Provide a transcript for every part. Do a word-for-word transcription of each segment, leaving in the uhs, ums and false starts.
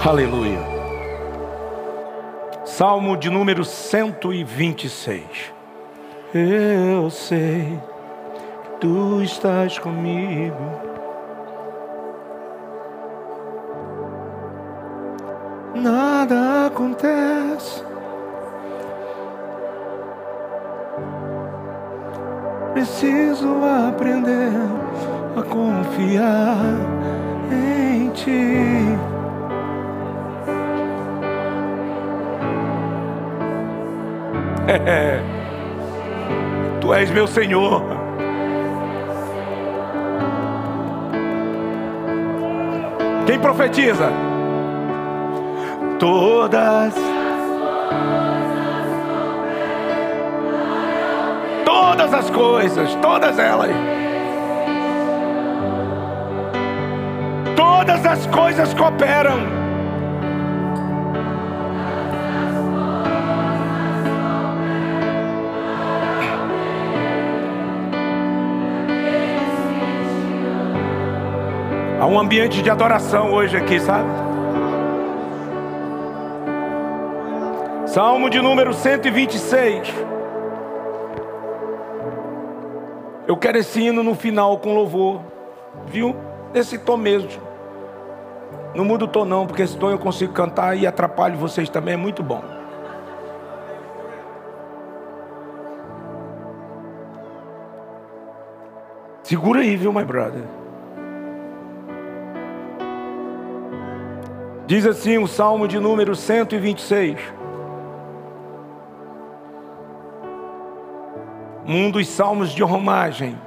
Aleluia. Salmo de número cento e vinte e seis. Eu sei que tu estás comigo, nada acontece, preciso aprender a confiar em ti. É, tu és meu Senhor. Quem profetiza? Todas, todas as coisas, todas elas, todas as coisas cooperam. Há um ambiente de adoração hoje aqui, sabe? Salmo de número cento e vinte e seis. Eu quero esse hino no final com louvor, viu? Nesse tom mesmo. Não muda o tom não, porque esse tom eu consigo cantar e atrapalho vocês também, é muito bom. Segura aí, viu, my brother? Diz assim o Salmo de número cento e vinte e seis. Um dos salmos de romagem.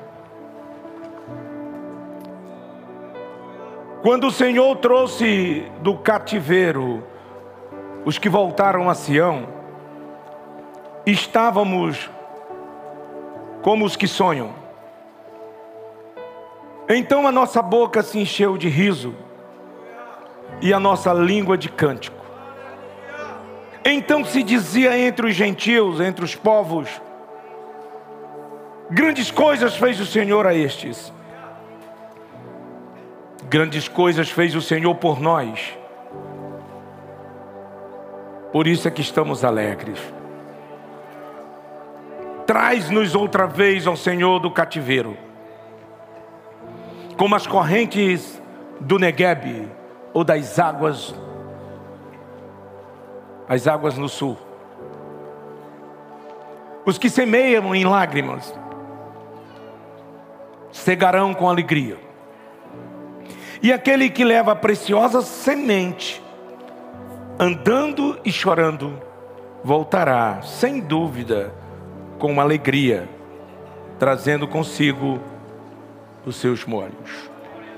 Quando o Senhor trouxe do cativeiro os que voltaram a Sião, estávamos como os que sonham. Então a nossa boca se encheu de riso e a nossa língua de cântico. Então se dizia entre os gentios, entre os povos: grandes coisas fez o Senhor a estes. Grandes coisas fez o Senhor por nós. Por isso é que estamos alegres. Traz-nos outra vez ao Senhor do cativeiro, como as correntes do Neguebe, ou das águas, as águas no sul. Os que semeiam em lágrimas cegarão com alegria, e aquele que leva a preciosa semente, andando e chorando, voltará sem dúvida com alegria, trazendo consigo os seus molhos.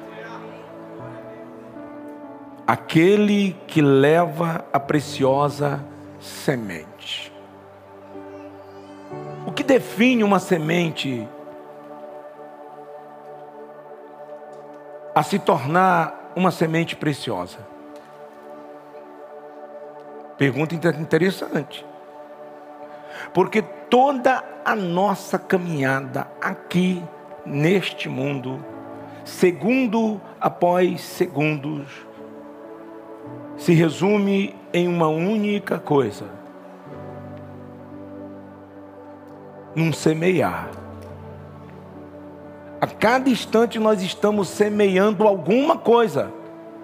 Aquele que leva a preciosa semente. O que define uma semente a se tornar uma semente preciosa? Pergunta interessante. Porque toda a nossa caminhada aqui neste mundo, segundo após segundos, se resume em uma única coisa: num semear. A cada instante nós estamos semeando alguma coisa.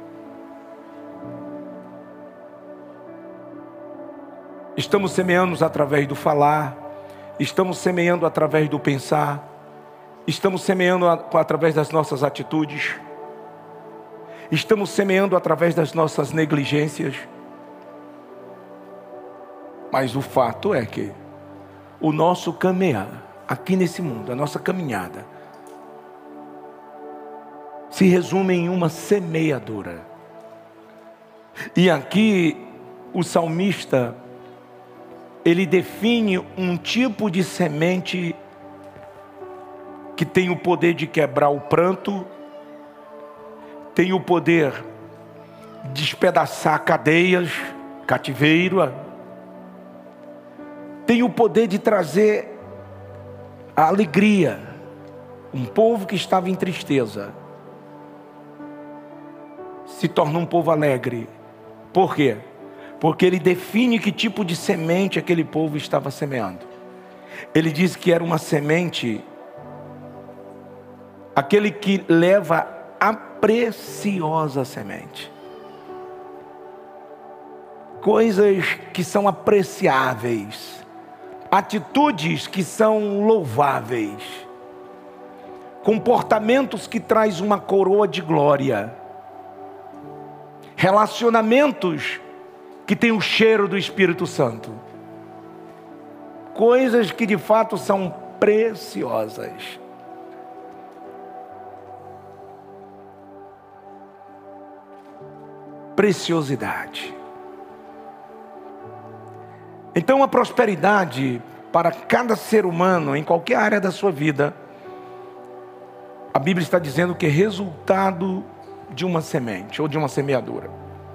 Estamos semeando através do falar, estamos semeando através do pensar, estamos semeando através das nossas atitudes, estamos semeando através das nossas negligências. Mas o fato é que o nosso caminhar aqui nesse mundo, a nossa caminhada, se resume em uma semeadura. E aqui o salmista, ele define um tipo de semente que tem o poder de quebrar o pranto, tem o poder de despedaçar cadeias, cativeiro, tem o poder de trazer a alegria. Um povo que estava em tristeza se torna um povo alegre Por quê? Porque ele define que tipo de semente aquele povo estava semeando. Ele diz que era uma semente, aquele que leva a preciosa semente. Coisas que são apreciáveis, atitudes que são louváveis, comportamentos que traz uma coroa de glória, relacionamentos que tem o cheiro do Espírito Santo, coisas que de fato são preciosas. Preciosidade. Então a prosperidade para cada ser humano, em qualquer área da sua vida, a Bíblia está dizendo que é resultado de uma semente ou de uma semeadura.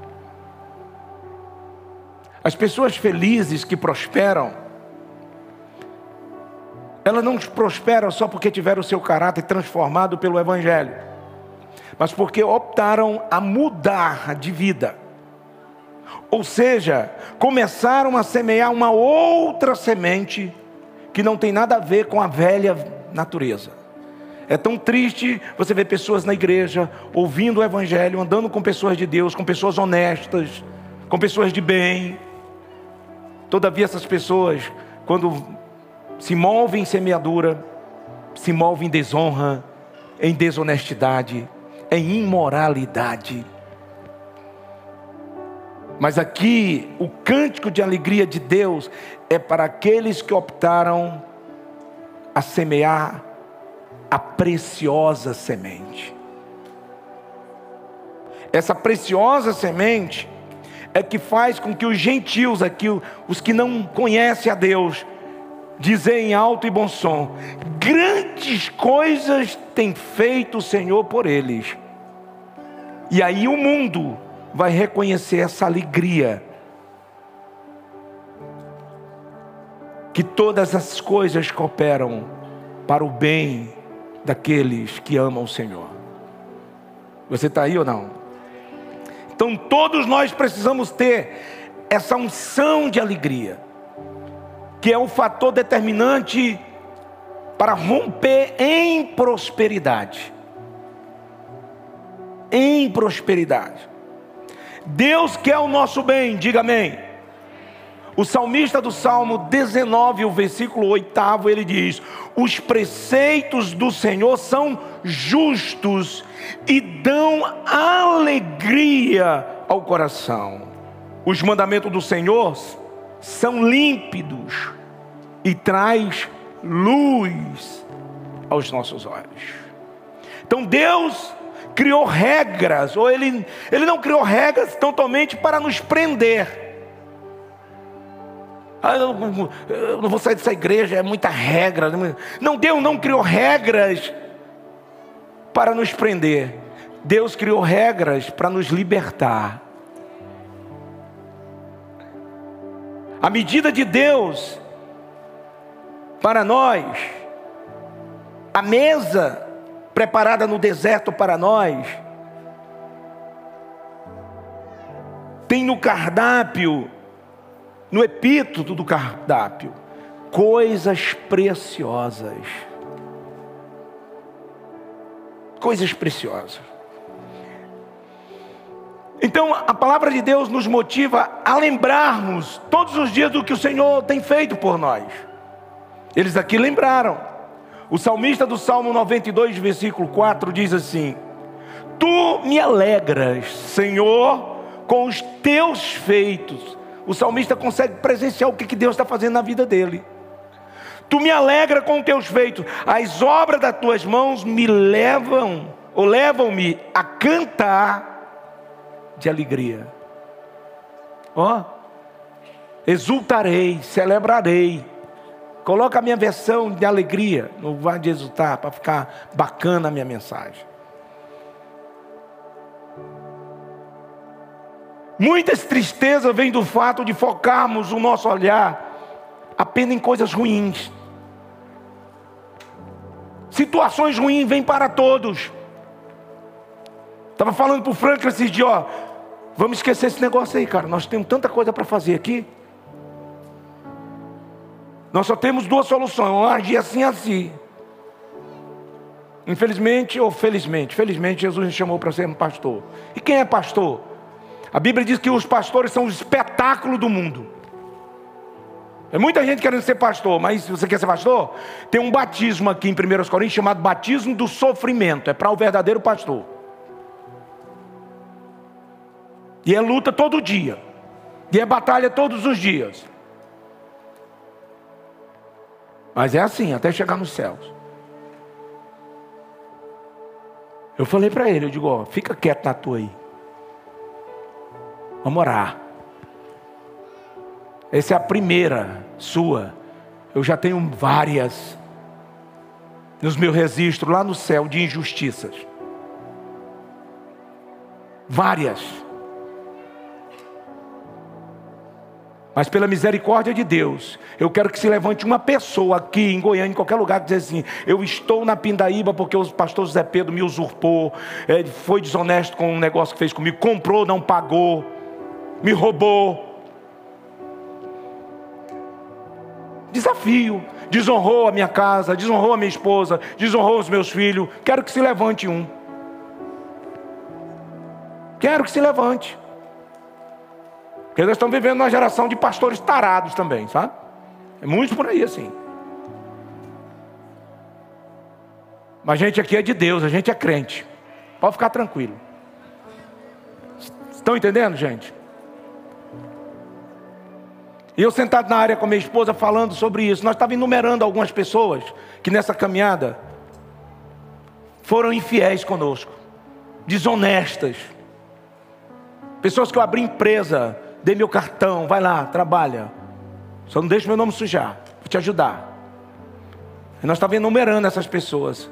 As pessoas felizes que prosperam, elas não prosperam só porque tiveram o seu caráter transformado pelo Evangelho, mas porque optaram a mudar de vida. Ou seja, começaram a semear uma outra semente que não tem nada a ver com a velha natureza. É tão triste você ver pessoas na igreja, ouvindo o Evangelho, andando com pessoas de Deus, com pessoas honestas, com pessoas de bem. Todavia essas pessoas, quando se movem em semeadura, se movem em desonra, em desonestidade, em imoralidade. Mas aqui, o cântico de alegria de Deus é para aqueles que optaram a semear a preciosa semente. Essa preciosa semente é que faz com que os gentios aqui, os que não conhecem a Deus, dizem em alto e bom som: grandes coisas tem feito o Senhor por eles. E aí o mundo vai reconhecer essa alegria, que todas as coisas cooperam para o bem daqueles que amam o Senhor. Você está aí ou não? Então todos nós precisamos ter essa unção de alegria, que é o fator determinante para romper em prosperidade. Em prosperidade. Deus quer o nosso bem, diga amém. O salmista do Salmo dezenove, o versículo oito, ele diz: os preceitos do Senhor são justos e dão alegria ao coração. Os mandamentos do Senhor são límpidos e traz luz aos nossos olhos. Então Deus criou regras, ou ele, ele não criou regras totalmente para nos prender. Ah, eu, não, eu não vou sair dessa igreja, é muita regra. Não, Deus não criou regras para nos prender. Deus criou regras para nos libertar. A medida de Deus para nós, a mesa preparada no deserto para nós, tem no cardápio, no epíteto do cardápio, coisas preciosas. Coisas preciosas. Então a palavra de Deus nos motiva a lembrarmos todos os dias do que o Senhor tem feito por nós. Eles aqui lembraram. O salmista do Salmo noventa e dois, versículo quatro, diz assim: tu me alegras, Senhor, com os teus feitos. O salmista consegue presenciar o que Deus está fazendo na vida dele. Tu me alegra com os teus feitos. As obras das tuas mãos me levam, ou levam-me a cantar de alegria. Ó, oh, exultarei, celebrarei. Coloca a minha versão de alegria, não vai de exultar, para ficar bacana a minha mensagem. Muitas tristezas vêm do fato de focarmos o nosso olhar apenas em coisas ruins. Situações ruins vêm para todos. Estava falando para o Franklin esses dias, ó, Vamos esquecer esse negócio aí, cara. Nós temos tanta coisa para fazer aqui. Nós só temos duas soluções: ou agir assim assim. Infelizmente ou felizmente. Felizmente Jesus nos chamou para ser um pastor. E quem é pastor? A Bíblia diz que os pastores são o espetáculo do mundo. Tem muita gente querendo ser pastor, mas se você quer ser pastor, tem um batismo aqui em primeira Coríntios chamado batismo do sofrimento. É para o verdadeiro pastor. E é luta todo dia. E é batalha todos os dias. Mas é assim, até chegar nos céus. Eu falei para ele, eu digo, ó, fica quieto na tua aí. Vamos orar. Essa é a primeira sua. Eu já tenho várias nos meus registros lá no céu de injustiças. Várias. Mas pela misericórdia de Deus, eu quero que se levante uma pessoa aqui em Goiânia, em qualquer lugar, que diz assim: eu estou na Pindaíba porque o pastor José Pedro me usurpou, é, foi desonesto com um negócio que fez comigo, comprou, não pagou, me roubou. Desafio, desonrou a minha casa, desonrou a minha esposa, desonrou os meus filhos. Quero que se levante um. Quero que se levante. Porque nós estamos vivendo uma geração de pastores tarados também, sabe? É muitos por aí assim. Mas a gente aqui é de Deus, a gente é crente. Pode ficar tranquilo. Estão entendendo, gente? E eu sentado na área com a minha esposa falando sobre isso. Nós estávamos enumerando algumas pessoas que nessa caminhada foram infiéis conosco, desonestas. Pessoas que eu abri empresa, dei meu cartão, vai lá, trabalha. Só não deixa meu nome sujar, vou te ajudar. E nós estávamos enumerando essas pessoas.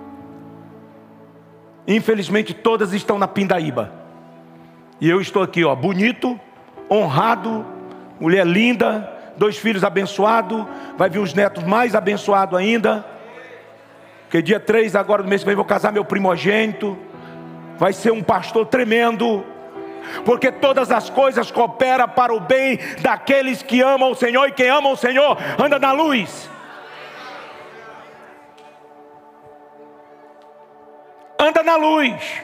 Infelizmente todas estão na Pindaíba. E eu estou aqui, ó, bonito, honrado, mulher linda, dois filhos abençoados, vai vir os netos mais abençoados ainda. Porque dia três agora do mês que vem vou casar meu primogênito. Vai ser um pastor tremendo. Porque todas as coisas cooperam para o bem daqueles que amam o Senhor. E quem ama o Senhor anda na luz. Anda na luz.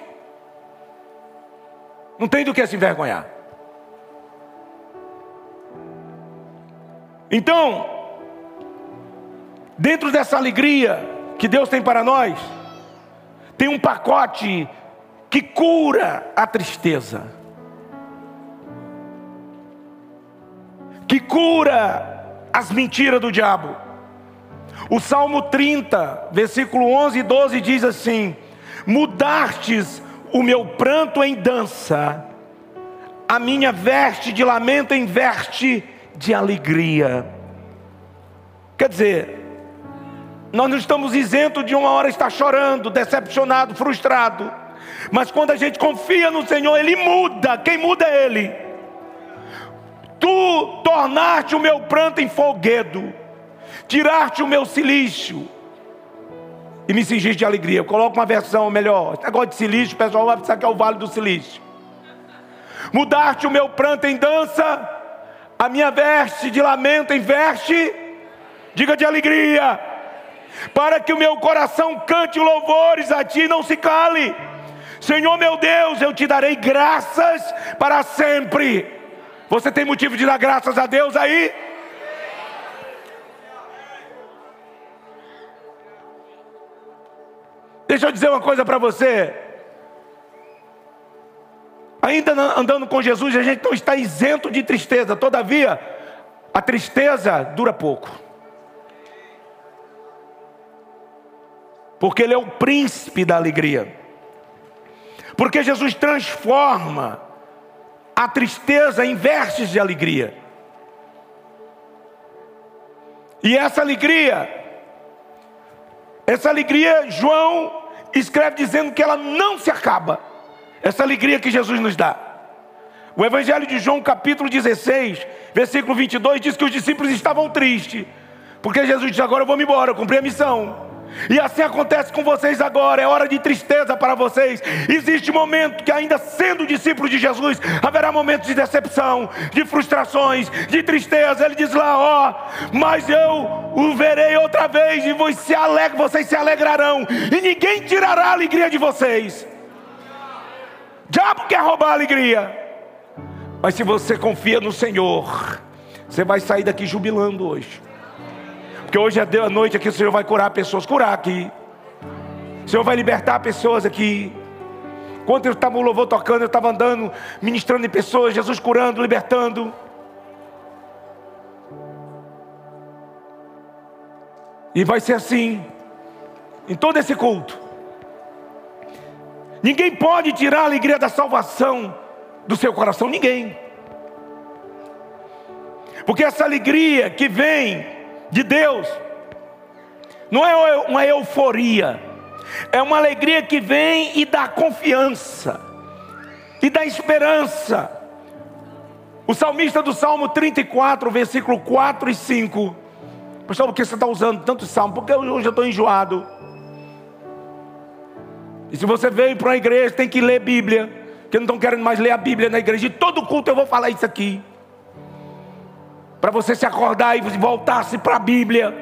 Não tem do que se envergonhar. Então, dentro dessa alegria que Deus tem para nós, tem um pacote que cura a tristeza, que cura as mentiras do diabo. O Salmo trinta, versículo onze e doze diz assim: mudastes o meu pranto em dança, a minha veste de lamento em veste de alegria. Quer dizer, nós não estamos isentos de uma hora estar chorando, decepcionado, frustrado. Mas quando a gente confia no Senhor, Ele muda. Quem muda é Ele. Tu tornaste o meu pranto em folguedo, tiraste o meu cilício e me cingiste de alegria. Eu coloco uma versão melhor. Esse negócio de cilício, o pessoal vai pensar que é o vale do silício. Mudaste o meu pranto em dança, a minha veste de lamento em veste, diga, de alegria, para que o meu coração cante louvores a Ti e não se cale. Senhor meu Deus, eu Te darei graças para sempre. Você tem motivo de dar graças a Deus aí? Deixa eu dizer uma coisa para você. Ainda andando com Jesus, a gente não está isento de tristeza. Todavia, a tristeza dura pouco. Porque Ele é o príncipe da alegria. Porque Jesus transforma a tristeza em vestes de alegria. E essa alegria, essa alegria, João escreve dizendo que ela não se acaba. Essa alegria que Jesus nos dá. O Evangelho de João, capítulo dezesseis, versículo vinte e dois, diz que os discípulos estavam tristes. Porque Jesus disse: agora eu vou me embora, eu cumpri a missão. E assim acontece com vocês agora. É hora de tristeza para vocês. Existe momento que, ainda sendo discípulos de Jesus, haverá momentos de decepção, de frustrações, de tristeza. Ele diz lá, ó, mas eu o verei outra vez, e vocês se alegram, vocês se alegrarão, e ninguém tirará a alegria de vocês. O diabo quer roubar a alegria. Mas se você confia no Senhor, você vai sair daqui jubilando hoje. Porque hoje é a noite aqui, o Senhor vai curar pessoas. Curar aqui. O Senhor vai libertar pessoas aqui. Quando eu estava o louvor tocando, eu estava andando, ministrando em pessoas, Jesus curando, libertando. E vai ser assim em todo esse culto. Ninguém pode tirar a alegria da salvação do seu coração. Ninguém. Porque essa alegria que vem de Deus não é uma euforia, é uma alegria que vem e dá confiança e dá esperança. O salmista do Salmo trinta e quatro, versículo quatro e cinco. Pessoal, por que você está usando tanto salmo? Porque hoje eu estou enjoado. E se você veio para uma igreja, tem que ler Bíblia, porque não estão querendo mais ler a Bíblia na igreja. E todo culto eu vou falar isso aqui, para você se acordar e voltar-se para a Bíblia.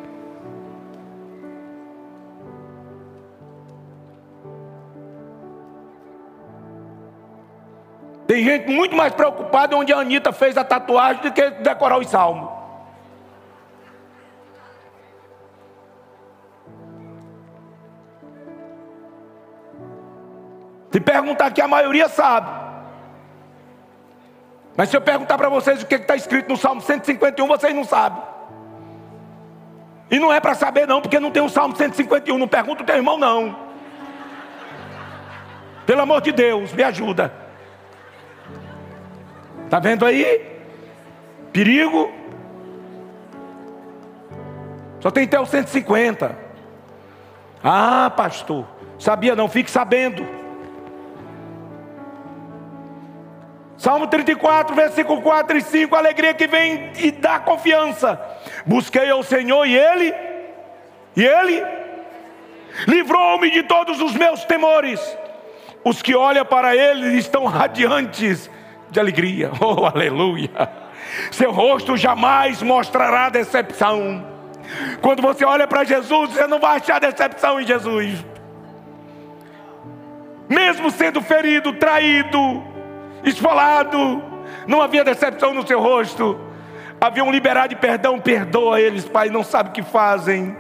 Tem gente muito mais preocupada onde a Anitta fez a tatuagem do que decorar os salmos. Se perguntar aqui, a maioria sabe. Mas se eu perguntar para vocês o que está escrito no Salmo cento e cinquenta e um, vocês não sabem. E não é para saber não, porque não tem o Salmo cento e cinquenta e um. Não pergunta o teu irmão não. Pelo amor de Deus, me ajuda. Está vendo aí? Perigo. Só tem até o cento e cinquenta. Ah, pastor, sabia não, fique sabendo. Salmo trinta e quatro, versículo quatro e cinco. A alegria que vem e dá confiança. Busquei ao Senhor e Ele E Ele livrou-me de todos os meus temores. Os que olham para Ele estão radiantes de alegria. Oh, aleluia. Seu rosto jamais mostrará decepção. Quando você olha para Jesus, você não vai achar decepção em Jesus. Mesmo sendo ferido, traído, esfolado, não havia decepção no seu rosto. Havia um liberar de perdão. Perdoa eles, Pai, não sabe o que fazem.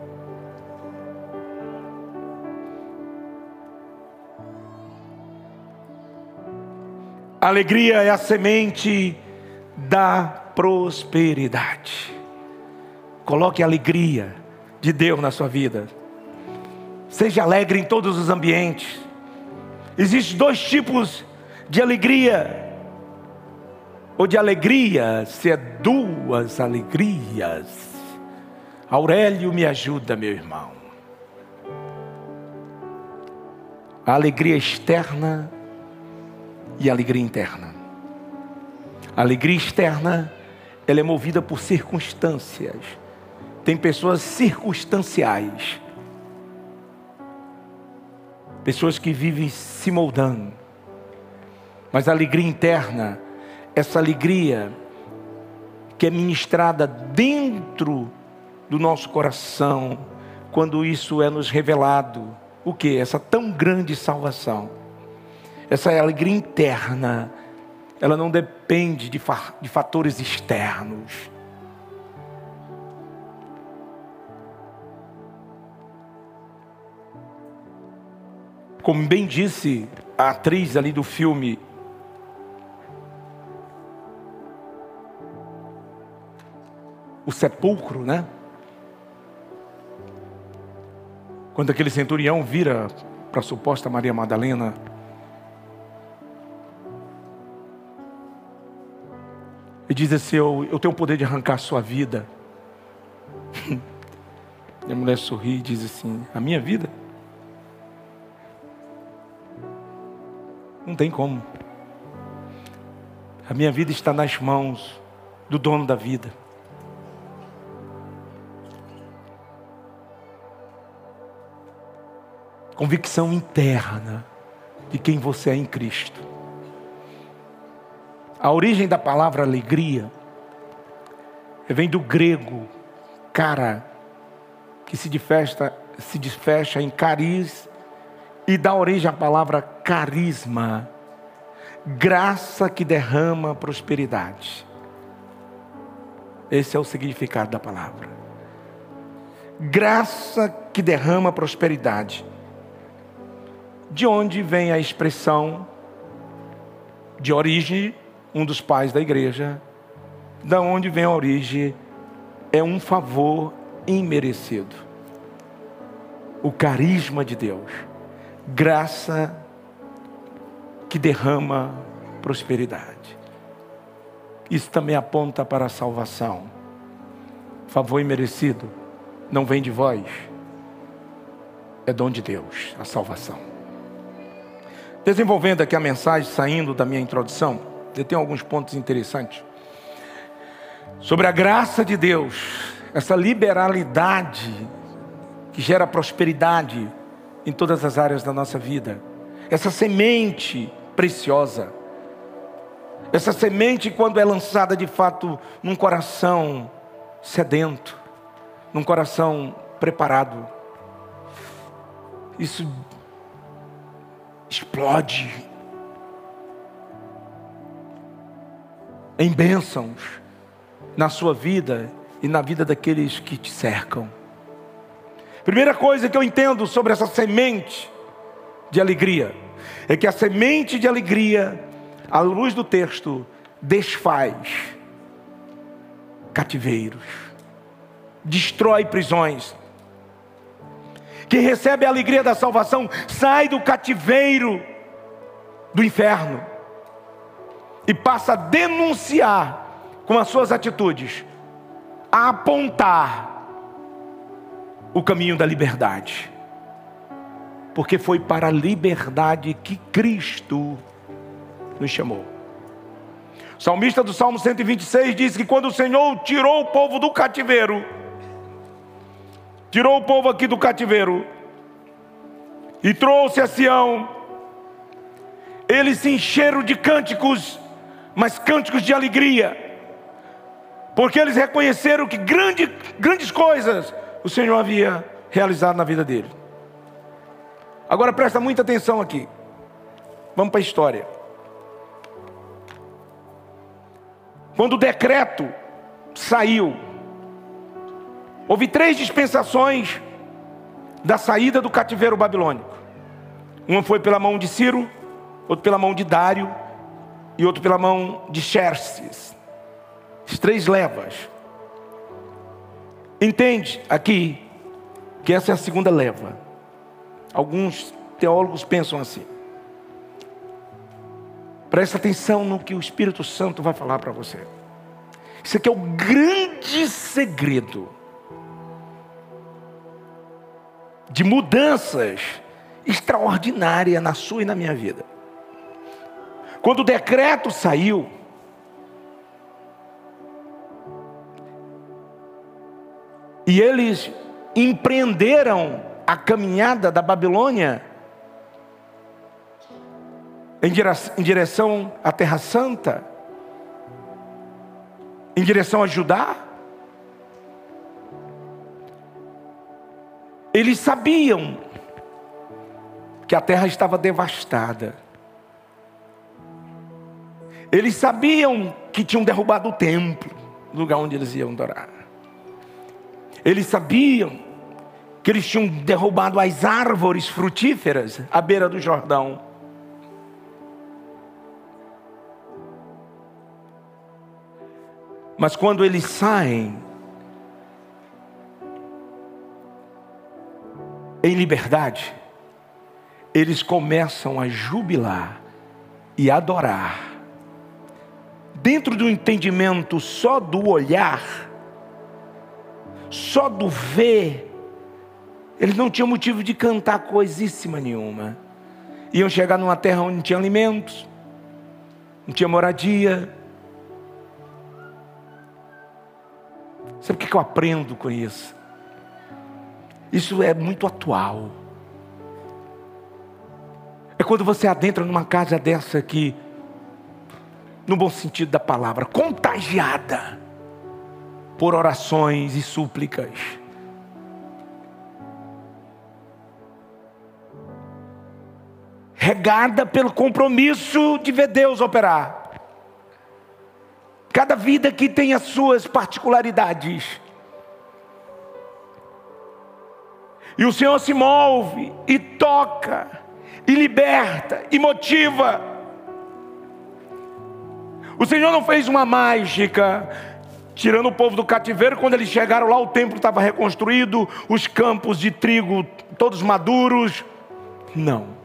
A alegria é a semente da prosperidade. Coloque a alegria de Deus na sua vida. Seja alegre em todos os ambientes. Existem dois tipos de alegria, ou de alegria, se é duas alegrias. Aurélio, me ajuda, meu irmão. A alegria externa e a alegria interna. A alegria externa, ela é movida por circunstâncias. Tem pessoas circunstanciais, pessoas que vivem se moldando. Mas a alegria interna, essa alegria que é ministrada dentro do nosso coração, quando isso é nos revelado, o que? Essa tão grande salvação. Essa alegria interna, ela não depende de, fa- de fatores externos. Como bem disse a atriz ali do filme O Sepulcro, né? Quando aquele centurião vira para a suposta Maria Madalena, e diz assim: eu, eu tenho o poder de arrancar a sua vida. E a mulher sorri e diz assim: a minha vida? Não tem como. A minha vida está nas mãos do dono da vida. convicção interna de quem você é em Cristo. A origem da palavra alegria vem do grego cara, que se desfecha, se desfecha em cariz e dá origem à palavra carisma, graça que derrama prosperidade. Esse é o significado da palavra. Graça que derrama prosperidade. De onde vem a expressão de origem, um dos pais da igreja, da onde vem a origem, é um favor imerecido. O carisma de Deus, graça que derrama prosperidade. Isso também aponta para a salvação. Favor imerecido não vem de vós, é dom de Deus, a salvação. Desenvolvendo aqui a mensagem, saindo da minha introdução, eu tenho alguns pontos interessantes sobre a graça de Deus, essa liberalidade que gera prosperidade em todas as áreas da nossa vida, essa semente preciosa, essa semente, quando é lançada de fato num coração sedento, num coração preparado, isso explode em bênçãos na sua vida e na vida daqueles que te cercam. Primeira coisa que eu entendo sobre essa semente de alegria é que a semente de alegria, à luz do texto, desfaz cativeiros, destrói prisões. Quem recebe a alegria da salvação sai do cativeiro do inferno e passa a denunciar com as suas atitudes, a apontar o caminho da liberdade, porque foi para a liberdade que Cristo nos chamou. O salmista do Salmo cento e vinte e seis diz que quando o Senhor tirou o povo do cativeiro, tirou o povo aqui do cativeiro e trouxe a Sião, eles se encheram de cânticos, mas cânticos de alegria, porque eles reconheceram que grande, grandes coisas o Senhor havia realizado na vida dele. Agora presta muita atenção aqui. Vamos para a história. Quando o decreto saiu, houve três dispensações da saída do cativeiro babilônico. Uma foi pela mão de Ciro, outra pela mão de Dário e outra pela mão de Xerxes. As três levas. Entende aqui que essa é a segunda leva. Alguns teólogos pensam assim. Presta atenção no que o Espírito Santo vai falar para você. Isso aqui é o grande segredo de mudanças extraordinárias na sua e na minha vida. Quando o decreto saiu, e eles empreenderam a caminhada da Babilônia em direção à Terra Santa, em direção a Judá, eles sabiam que a terra estava devastada. Eles sabiam que tinham derrubado o templo, lugar onde eles iam adorar. Eles sabiam que eles tinham derrubado as árvores frutíferas à beira do Jordão. Mas quando eles saem em liberdade, eles começam a jubilar e adorar, dentro do entendimento só do olhar, só do ver. Eles não tinham motivo de cantar coisíssima nenhuma. Iam chegar numa terra onde não tinha alimentos, não tinha moradia. Sabe o que eu aprendo com isso? Isso é muito atual. É quando você adentra numa casa dessa aqui, no bom sentido da palavra, contagiada por orações e súplicas. Regada pelo compromisso de ver Deus operar. Cada vida aqui tem as suas particularidades. E o Senhor se move e toca, e liberta, e motiva. O Senhor não fez uma mágica, tirando o povo do cativeiro. Quando eles chegaram lá, o templo estava reconstruído, os campos de trigo todos maduros. Não.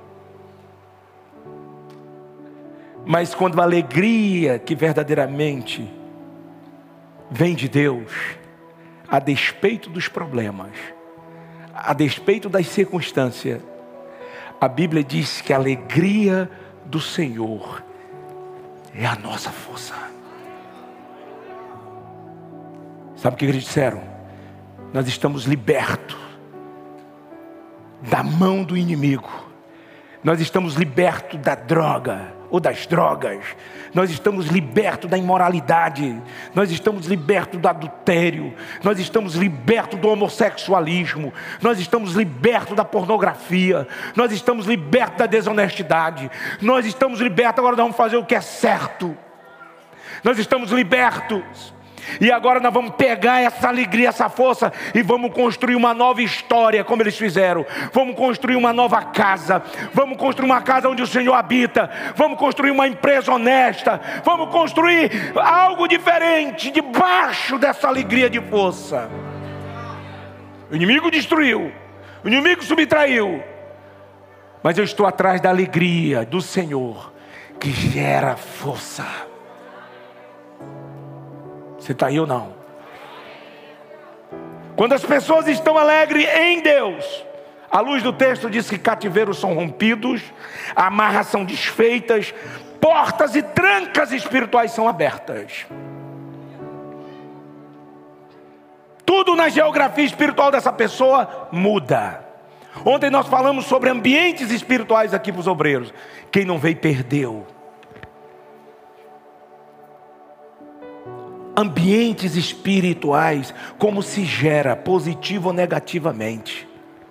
Mas quando a alegria que verdadeiramente vem de Deus, a despeito dos problemas, a despeito das circunstâncias, a Bíblia diz que a alegria do Senhor é a nossa força. Sabe o que eles disseram? Nós estamos libertos da mão do inimigo. Nós estamos libertos da droga ou das drogas. Nós estamos libertos da imoralidade. Nós estamos libertos do adultério. Nós estamos libertos do homossexualismo. Nós estamos libertos da pornografia. Nós estamos libertos da desonestidade. Nós estamos libertos. Agora nós vamos fazer o que é certo. Nós estamos libertos. E agora nós vamos pegar essa alegria, essa força, e vamos construir uma nova história, como eles fizeram. Vamos construir uma nova casa. Vamos construir uma casa onde o Senhor habita. Vamos construir uma empresa honesta. Vamos construir algo diferente, debaixo dessa alegria de força. O inimigo destruiu, o inimigo subtraiu, mas eu estou atrás da alegria do Senhor, que gera força. Você está aí ou não? Quando as pessoas estão alegres em Deus, a luz do texto diz que cativeiros são rompidos, amarras são desfeitas, portas e trancas espirituais são abertas. Tudo na geografia espiritual dessa pessoa muda. Ontem nós falamos sobre ambientes espirituais aqui para os obreiros. Quem não veio perdeu. Ambientes espirituais, como se gera, positivo ou negativamente.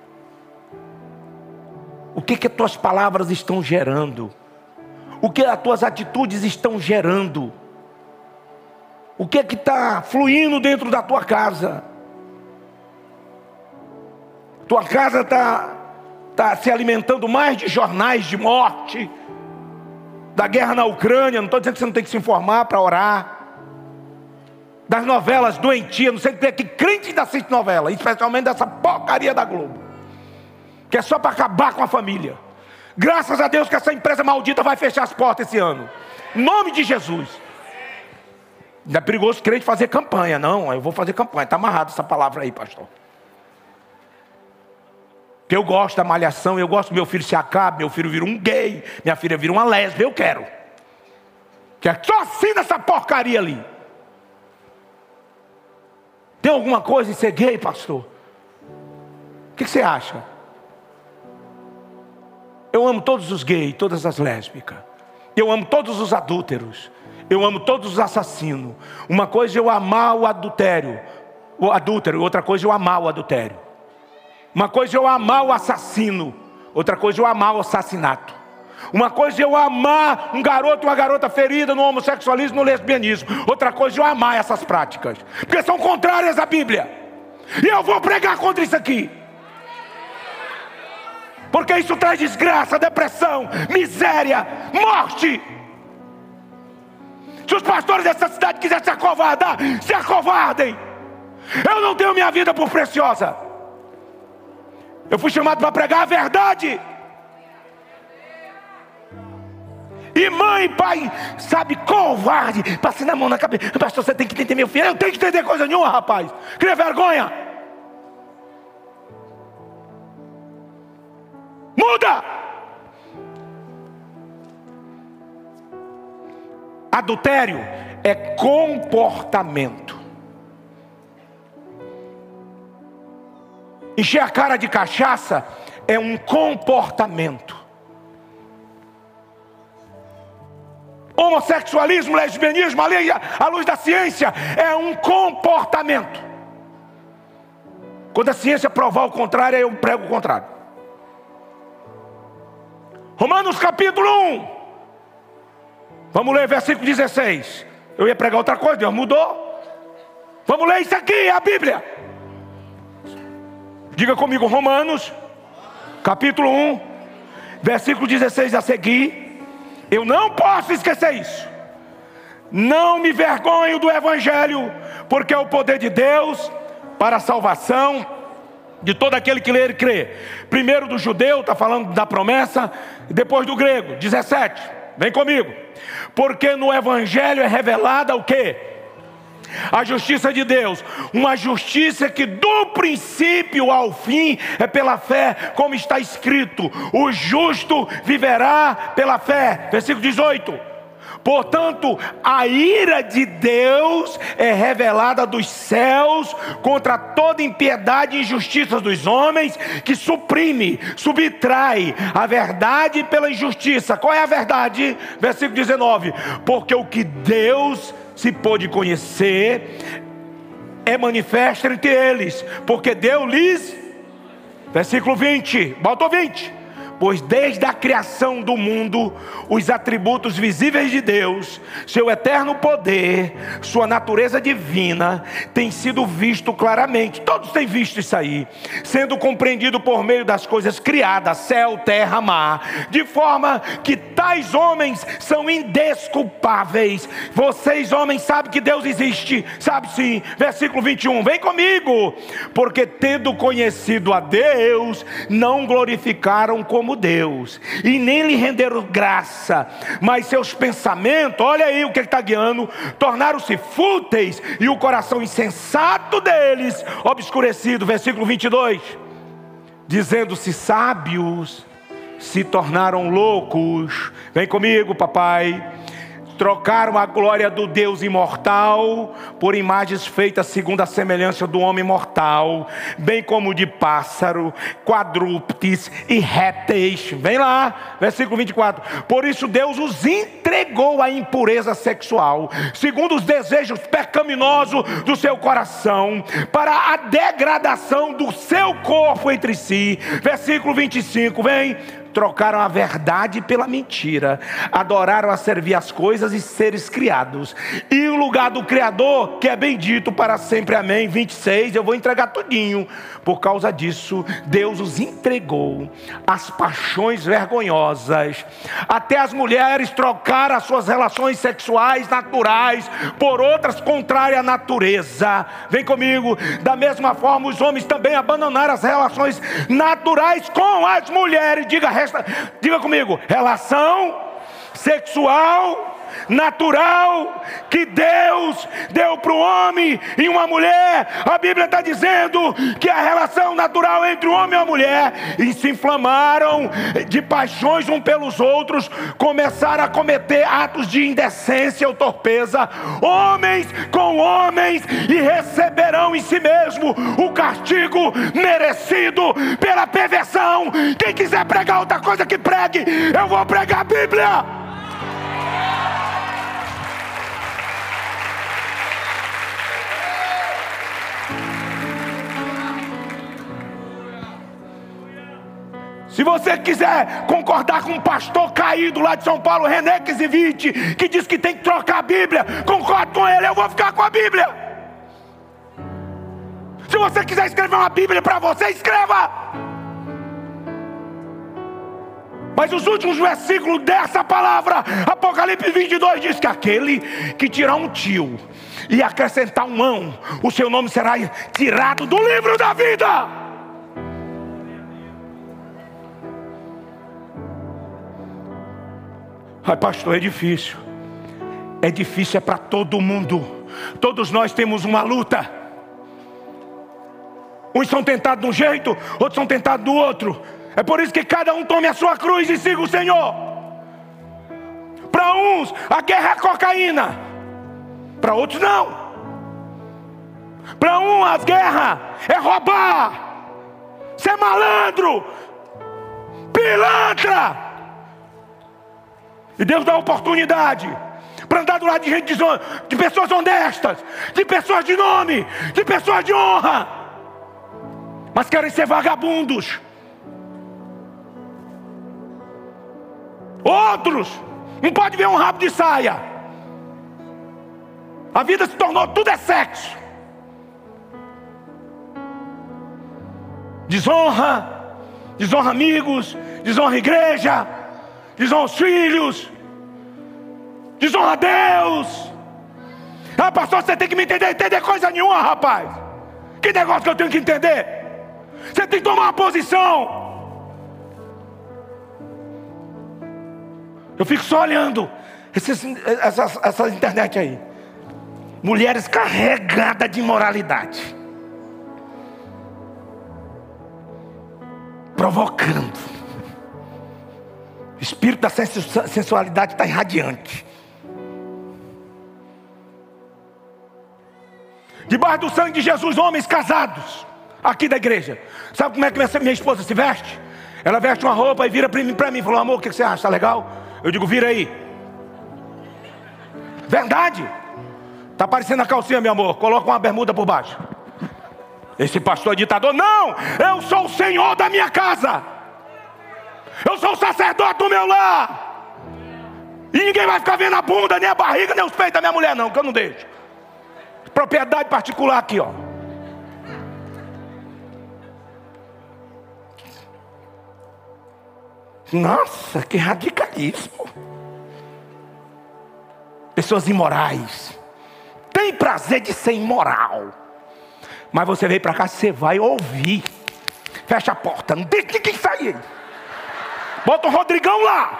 O que que as tuas palavras estão gerando? O que as tuas atitudes estão gerando? O que é que está fluindo dentro da tua casa? Tua casa está tá se alimentando mais de jornais de morte, da guerra na Ucrânia. Não estou dizendo que você não tem que se informar para orar. Das novelas doentias, não sei o que, que crente ainda assiste novela, especialmente dessa porcaria da Globo, que é só para acabar com a família. Graças a Deus que essa empresa maldita vai fechar as portas esse ano, em nome de Jesus. Não é perigoso crente fazer campanha, não, eu vou fazer campanha, está amarrado essa palavra aí, pastor. Porque eu gosto da malhação, eu gosto do meu filho se acabe, meu filho vira um gay, minha filha vira uma lésbica, eu quero. Que é só assim nessa porcaria ali. Tem alguma coisa em ser gay, pastor? O que você acha? Eu amo todos os gays, todas as lésbicas. Eu amo todos os adúlteros. Eu amo todos os assassinos. Uma coisa é eu amar o adultério, o adúltero, outra coisa é eu amar o adultério. Uma coisa é eu amar o assassino, outra coisa é eu amar o assassinato. Uma coisa é eu amar um garoto ou uma garota ferida no homossexualismo, no lesbianismo. Outra coisa é eu amar essas práticas, porque são contrárias à Bíblia. E eu vou pregar contra isso aqui, porque isso traz desgraça, depressão, miséria, morte. Se os pastores dessa cidade quiserem se acovardar, se acovardem. Eu não tenho minha vida por preciosa. Eu fui chamado para pregar a verdade. E mãe, pai, sabe, covarde, passando a mão na cabeça. Pastor, você tem que entender meu filho. Eu não tenho que entender coisa nenhuma, rapaz. Cria vergonha. Muda. Adultério é comportamento. Encher a cara de cachaça é um comportamento. Homossexualismo, lesbianismo, ali à luz da ciência, é um comportamento. Quando a ciência provar o contrário, eu prego o contrário. Romanos capítulo um. Vamos ler versículo dezesseis. Eu ia pregar outra coisa, Deus mudou. Vamos ler isso aqui, é a Bíblia. Diga comigo, Romanos capítulo um, versículo dezesseis a seguir. Eu não posso esquecer isso. Não me vergonho do Evangelho, porque é o poder de Deus para a salvação de todo aquele que lê e crê. Primeiro do judeu, está falando da promessa, e depois do grego. Dezessete, vem comigo. Porque no Evangelho é revelada o quê? A justiça de Deus. Uma justiça que do princípio ao fim é pela fé, como está escrito: o justo viverá pela fé. Versículo dezoito. Portanto, a ira de Deus é revelada dos céus contra toda impiedade e injustiça dos homens, que suprime, subtrai a verdade pela injustiça. Qual é a verdade? Versículo dezenove. Porque o que Deus se pôde conhecer é manifesto entre eles, porque deu-lhes. Versículo vinte, bota o vinte. Pois desde a criação do mundo, os atributos visíveis de Deus, seu eterno poder, sua natureza divina, tem sido visto claramente. Todos têm visto isso aí, sendo compreendido por meio das coisas criadas, céu, terra, mar, de forma que tais homens são indesculpáveis. Vocês, homens, sabem que Deus existe? Sabe sim. Versículo vinte e um, vem comigo. Porque tendo conhecido a Deus, não glorificaram como Deus, e nem lhe renderam graça, mas seus pensamentos, olha aí o que ele está guiando, tornaram-se fúteis, e o coração insensato deles obscurecido. Versículo vinte e dois, dizendo-se sábios, se tornaram loucos. Vem comigo, papai. Trocaram a glória do Deus imortal por imagens feitas segundo a semelhança do homem mortal, bem como de pássaro, quadrúpedes e répteis. Vem lá, versículo vinte e quatro. Por isso Deus os entregou à impureza sexual, segundo os desejos pecaminosos do seu coração, para a degradação do seu corpo entre si. Versículo vinte e cinco, vem. Trocaram a verdade pela mentira, adoraram a servir as coisas e seres criados, e o lugar do Criador, que é bendito para sempre, amém. vinte e seis, eu vou entregar tudinho. Por causa disso, Deus os entregou às paixões vergonhosas. Até as mulheres trocaram as suas relações sexuais naturais por outras contrárias à natureza. Vem comigo. Da mesma forma, os homens também abandonaram as relações naturais com as mulheres. Diga, resta, diga comigo, relação sexual natural que Deus deu para o homem e uma mulher. A Bíblia está dizendo que a relação natural entre o homem e a mulher, e se inflamaram de paixões um pelos outros, começaram a cometer atos de indecência ou torpeza, homens com homens, e receberão em si mesmo o castigo merecido pela perversão. Quem quiser pregar outra coisa que pregue, eu vou pregar a Bíblia. Se você quiser concordar com um pastor caído lá de São Paulo, René Quisivite, que diz que tem que trocar a Bíblia, concorde com ele, eu vou ficar com a Bíblia. Se você quiser escrever uma Bíblia para você, escreva. Mas os últimos versículos dessa palavra, Apocalipse vinte e dois, diz que aquele que tirar um tio e acrescentar um ão, o seu nome será tirado do livro da vida. Ai, pastor, é difícil. É difícil, é para todo mundo. Todos nós temos uma luta. Uns são tentados de um jeito, outros são tentados do outro. É por isso que cada um tome a sua cruz e siga o Senhor. Para uns, a guerra é a cocaína. Para outros, não. Para uns, a guerra é roubar, ser malandro, pilantra. E Deus dá oportunidade. para andar do lado de gente deson- de pessoas honestas, de pessoas de nome, de pessoas de honra, mas querem ser vagabundos. Outros não pode ver um rabo de saia. A vida se tornou, tudo é sexo. Desonra, desonra amigos, desonra igreja, desonra os filhos, desonra Deus. Ah, pastor, você tem que me entender, entender coisa nenhuma, rapaz. Que negócio que eu tenho que entender? Você tem que tomar uma posição. Eu fico só olhando esses, essas, essa internet aí. Mulheres carregadas de imoralidade, provocando. O espírito da sensualidade está irradiante. Debaixo do sangue de Jesus, homens casados aqui da igreja. Sabe como é que minha, minha esposa se veste? Ela veste uma roupa e vira para mim, para mim, falou: amor, o que você acha? Tá legal? Eu digo: vira aí. Verdade. Tá parecendo a calcinha, meu amor. Coloca uma bermuda por baixo. Esse pastor é ditador. Não, eu sou o Senhor da minha casa. Eu sou o sacerdote do meu lar. E ninguém vai ficar vendo a bunda, nem a barriga, nem os peitos da minha mulher, não, que eu não deixo. Propriedade particular aqui, ó. Nossa, que radicalismo. Pessoas imorais. Tem prazer de ser imoral. Mas você veio para cá, você vai ouvir. Fecha a porta, não deixa ninguém sair. Bota o Rodrigão lá.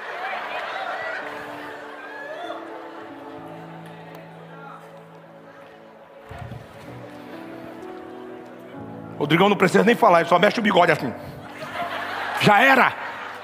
Rodrigão não precisa nem falar, ele só mexe o bigode assim. Já era.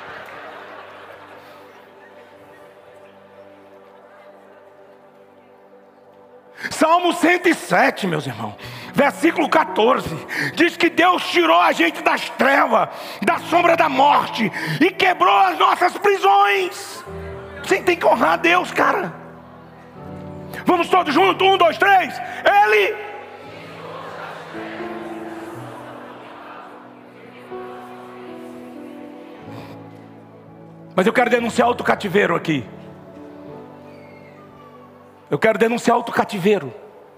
Salmo cento e sete, meus irmãos, versículo quatorze, diz que Deus tirou a gente das trevas, da sombra da morte, e quebrou as nossas prisões. Você tem que honrar a Deus, cara. Vamos todos juntos, um, dois, três. Ele... Mas eu quero denunciar outro cativeiro aqui. Eu quero denunciar outro cativeiro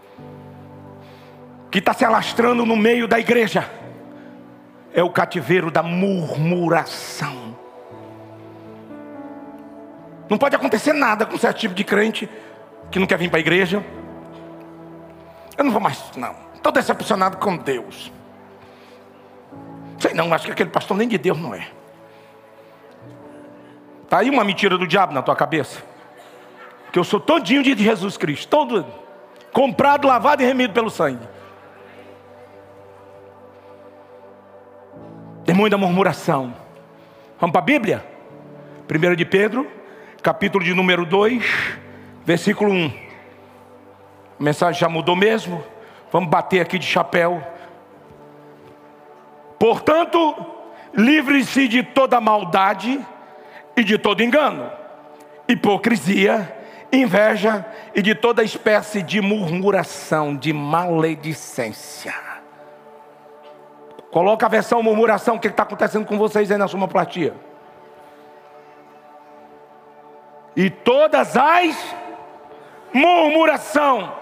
que está se alastrando no meio da igreja. É o cativeiro da murmuração. Não pode acontecer nada com certo tipo de crente que não quer vir para a igreja. Eu não vou mais, não. Estou decepcionado com Deus. Sei não, acho que aquele pastor nem de Deus não é. Está aí uma mentira do diabo na tua cabeça. Que eu sou todinho de Jesus Cristo, todo comprado, lavado e remido pelo sangue. Tem muita murmuração. Vamos para a Bíblia? primeira de Pedro, capítulo de número dois, versículo um. A mensagem já mudou mesmo. Vamos bater aqui de chapéu. Portanto, livre-se de toda maldade e de todo engano, hipocrisia, inveja e de toda espécie de murmuração, de maledicência. Coloca a versão murmuração. O que está acontecendo com vocês aí na sonoplastia? E todas as murmuração.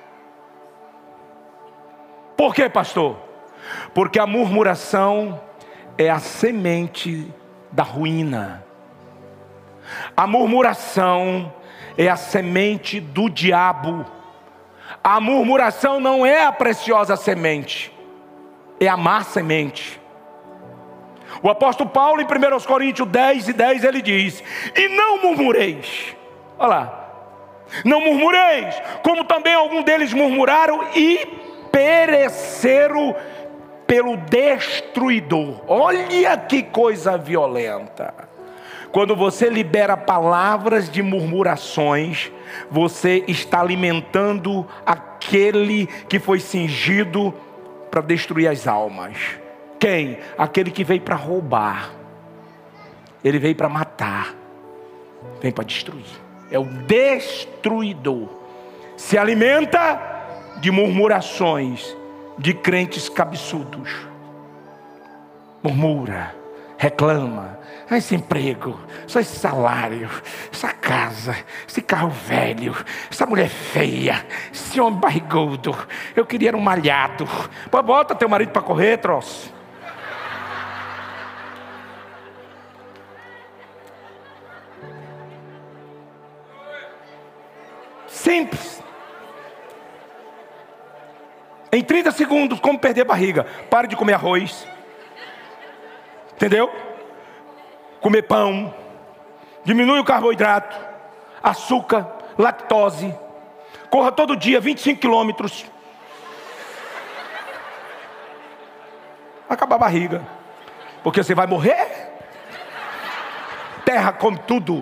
Por quê, pastor? Porque a murmuração é a semente da ruína. A murmuração é a semente do diabo. A murmuração não é a preciosa semente, é a má semente. O apóstolo Paulo, em primeira Coríntios dez e dez, ele diz: e não murmureis. Olha lá. Não murmureis, como também alguns deles murmuraram e pereceram pelo destruidor. Olha que coisa violenta. Quando você libera palavras de murmurações, você está alimentando aquele que foi cingido para destruir as almas. Quem? Aquele que veio para roubar. Ele veio para matar. Vem para destruir. é o destruidor. Se alimenta de murmurações de crentes cabeçudos. Murmura, reclama. Ah, esse emprego, só esse salário, essa casa, esse carro velho, essa mulher feia, esse homem barrigudo. Eu queria um malhado. Pô, bota teu marido para correr, troço. Simples. Em trinta segundos, como perder a barriga? Pare de comer arroz. Entendeu? Comer pão. Diminui o carboidrato, açúcar, lactose. Corra todo dia vinte e cinco quilômetros. Acaba a barriga. Porque você vai morrer. Terra come tudo.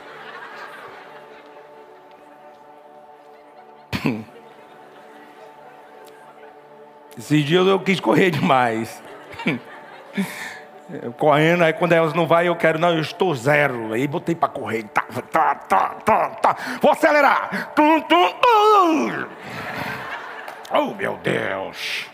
Esses dias eu quis correr demais. Eu correndo, aí quando elas não vai, eu quero, não, eu estou zero. Aí botei para correr. Tá, tá, tá, tá, tá. Vou acelerar. Tum, tum, tum. Oh, meu Deus.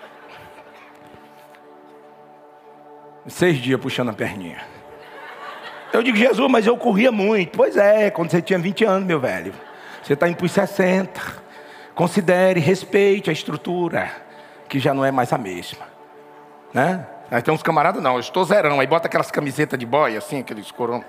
Seis dias puxando a perninha. Eu digo, Jesus, mas eu corria muito. Pois é, quando você tinha vinte anos, meu velho. Você está indo para os sessenta. Considere, respeite a estrutura, que já não é mais a mesma, né? Aí tem uns camaradas, não, eu estou zerão. Aí bota aquelas camisetas de boia, assim, aqueles coronas.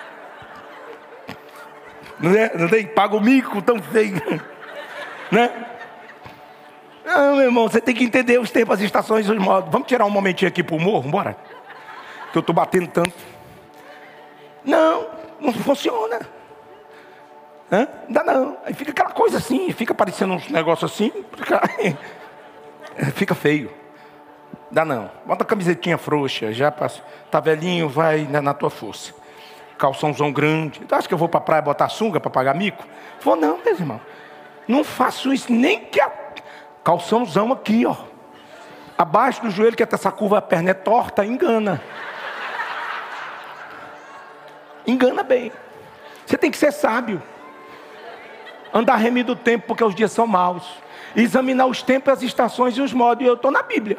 Não é? Não tem? Paga o mico tão feio, né? Não, meu irmão, você tem que entender os tempos, as estações, os modos. Vamos tirar um momentinho aqui pro humor, bora? Que eu estou batendo tanto. Não, não funciona. Hã? Não dá não. Aí fica aquela coisa assim, fica parecendo uns negócios assim, fica, fica feio. Dá não. Bota a camisetinha frouxa, já passa. Tá velhinho, vai na, na tua força. Calçãozão grande. Tu acha que eu vou pra praia botar sunga pra pagar mico? Vou não, meus irmãos. Não faço isso nem que a... Calçãozão aqui, ó. Abaixo do joelho, que até essa curva a perna é torta, engana. Engana bem. Você tem que ser sábio. Andar remido do tempo, porque os dias são maus. Examinar os tempos, as estações e os modos. E eu estou na Bíblia.